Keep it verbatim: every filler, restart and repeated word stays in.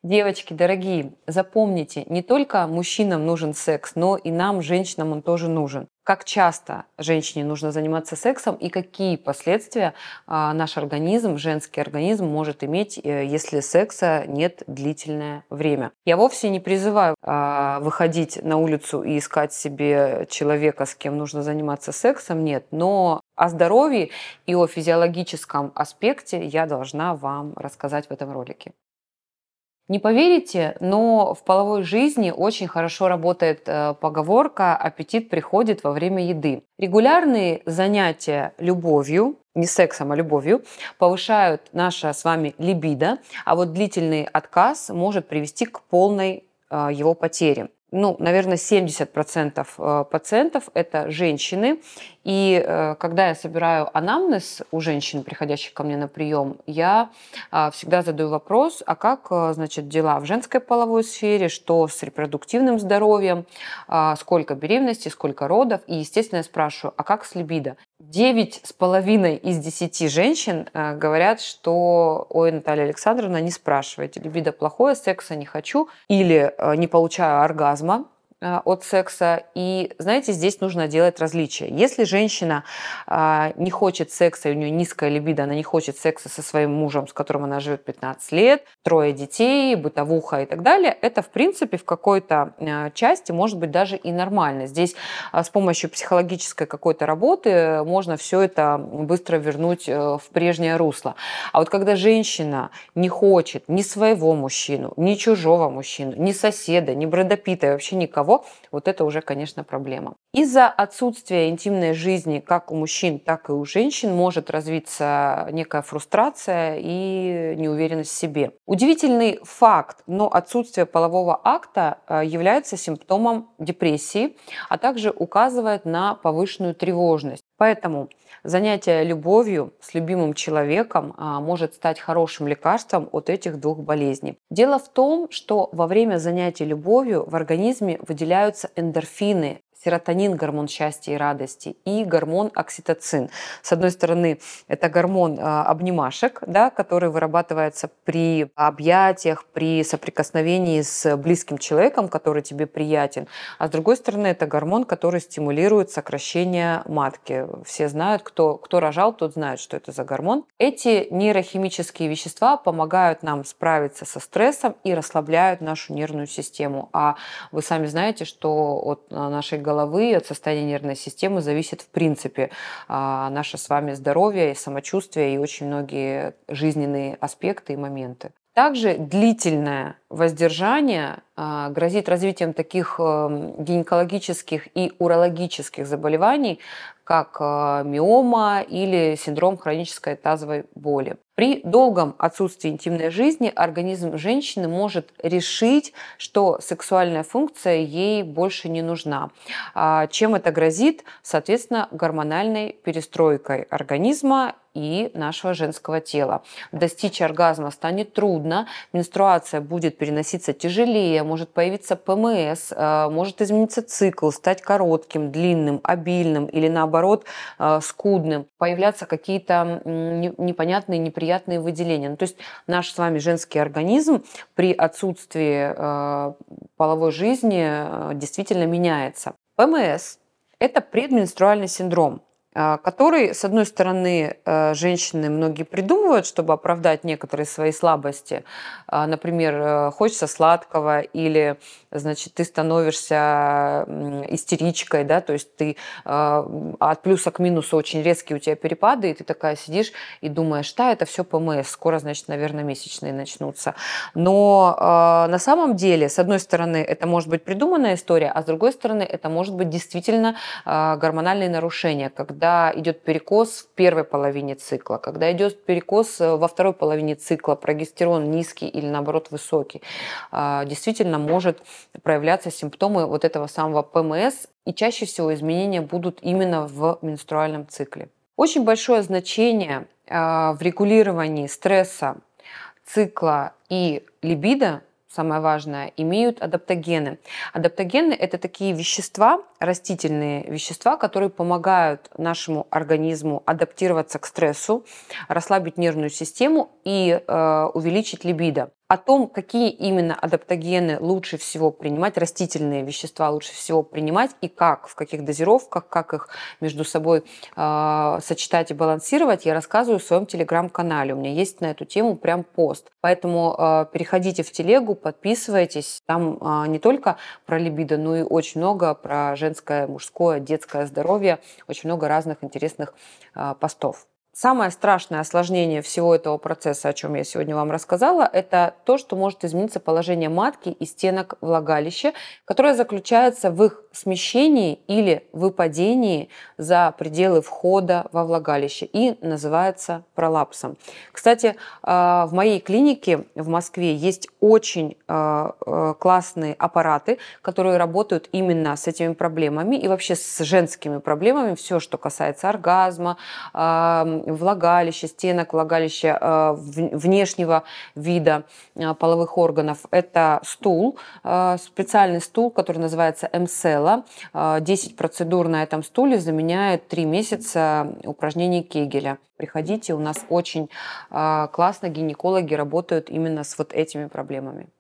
Девочки дорогие, запомните, не только мужчинам нужен секс, но и нам, женщинам, он тоже нужен. Как часто женщине нужно заниматься сексом и какие последствия а, наш организм, женский организм может иметь, э, если секса нет длительное время. Я вовсе не призываю а, выходить на улицу и искать себе человека, с кем нужно заниматься сексом, нет, но о здоровье и о физиологическом аспекте я должна вам рассказать в этом ролике. Не поверите, но в половой жизни очень хорошо работает э, поговорка «аппетит приходит во время еды». Регулярные занятия любовью, не сексом, а любовью, повышают наше с вами либидо, а вот длительный отказ может привести к полной э, его потере. Ну, наверное, семьдесят процентов пациентов – это женщины. И э, когда я собираю анамнез у женщин, приходящих ко мне на прием, я э, всегда задаю вопрос, а как, э, значит, дела в женской половой сфере, что с репродуктивным здоровьем, э, сколько беременностей, сколько родов. И, естественно, я спрашиваю, а как с либидо? Девять с половиной из десяти женщин э, говорят, что ой, Наталья Александровна, не спрашивайте, либидо плохое, секса не хочу или э, не получаю оргазма э, от секса. И, знаете, здесь нужно делать различия. Если женщина э, не хочет секса, и у нее низкая либидо, она не хочет секса со своим мужем, с которым она живет пятнадцать лет, трое детей, бытовуха и так далее, это, в принципе, в какой-то э, части может быть даже и нормально. Здесь э, с помощью психологической какой-то работы можно все это быстро вернуть э, в прежнее русло. А вот когда женщина не хочет ни своего мужчину, ни чужого мужчину, ни соседа, ни Брэда Питта, вообще никого, вот это уже, конечно, проблема. Из-за отсутствия интимной жизни как у мужчин, так и у женщин может развиться некая фрустрация и неуверенность в себе. Удивительный факт, но отсутствие полового акта является симптомом депрессии, а также указывает на повышенную тревожность. Поэтому занятие любовью с любимым человеком а, может стать хорошим лекарством от этих двух болезней. Дело в том, что во время занятий любовью в организме выделяются эндорфины, серотонин, гормон счастья и радости, и гормон окситоцин. С одной стороны, это гормон а, обнимашек, да, который вырабатывается при объятиях, при соприкосновении с близким человеком, который тебе приятен. А с другой стороны, это гормон, который стимулирует сокращение матки. Все знают, кто, кто рожал, тот знает, что это за гормон. Эти нейрохимические вещества помогают нам справиться со стрессом и расслабляют нашу нервную систему. А вы сами знаете, что от нашей головы, от состояния нервной системы зависит в принципе наше с вами здоровье и самочувствие и очень многие жизненные аспекты и моменты. Также длительное воздержание а, грозит развитием таких а, гинекологических и урологических заболеваний, как а, миома или синдром хронической тазовой боли. При долгом отсутствии интимной жизни организм женщины может решить, что сексуальная функция ей больше не нужна. А, чем это грозит? Соответственно, гормональной перестройкой организма и нашего женского тела. Достичь оргазма станет трудно, менструация будет переноситься тяжелее, может появиться ПМС, может измениться цикл, стать коротким, длинным, обильным или наоборот скудным, появляться какие-то непонятные, неприятные выделения. Ну, то есть наш с вами женский организм при отсутствии половой жизни действительно меняется. ПМС – это предменструальный синдром, который, с одной стороны, женщины многие придумывают, чтобы оправдать некоторые свои слабости. Например, хочется сладкого или, значит, ты становишься истеричкой, да, то есть ты от плюса к минусу очень резкие у тебя перепады, и ты такая сидишь и думаешь, да, это все ПМС, скоро, значит, наверное, месячные начнутся. Но на самом деле, с одной стороны, это может быть придуманная история, а с другой стороны, это может быть действительно гормональные нарушения, когда когда идет перекос в первой половине цикла, когда идет перекос во второй половине цикла, прогестерон низкий или наоборот высокий, действительно может проявляться симптомы вот этого самого ПМС, и чаще всего изменения будут именно в менструальном цикле. Очень большое значение в регулировании стресса, цикла и либидо, самое важное, имеют адаптогены. Адаптогены – это такие вещества, растительные вещества, которые помогают нашему организму адаптироваться к стрессу, расслабить нервную систему и э, увеличить либидо. О том, какие именно адаптогены лучше всего принимать, растительные вещества лучше всего принимать и как, в каких дозировках, как их между собой э, сочетать и балансировать, я рассказываю в своем телеграм-канале. У меня есть на эту тему прям пост. Поэтому э, переходите в телегу, подписывайтесь. Там э, не только про либидо, но и очень много про женское, мужское, детское здоровье, очень много разных интересных э, постов. Самое страшное осложнение всего этого процесса, о чем я сегодня вам рассказала, это то, что может измениться положение матки и стенок влагалища, которое заключается в их смещении или выпадении за пределы входа во влагалище и называется пролапсом. Кстати, в моей клинике в Москве есть очень классные аппараты, которые работают именно с этими проблемами и вообще с женскими проблемами. Все, что касается оргазма, влагалища, стенок влагалища, внешнего вида половых органов. Это стул, специальный стул, который называется МСЭЛА. десять процедур на этом стуле заменяют три месяца упражнений Кегеля. Приходите, у нас очень классно гинекологи работают именно с вот этими проблемами.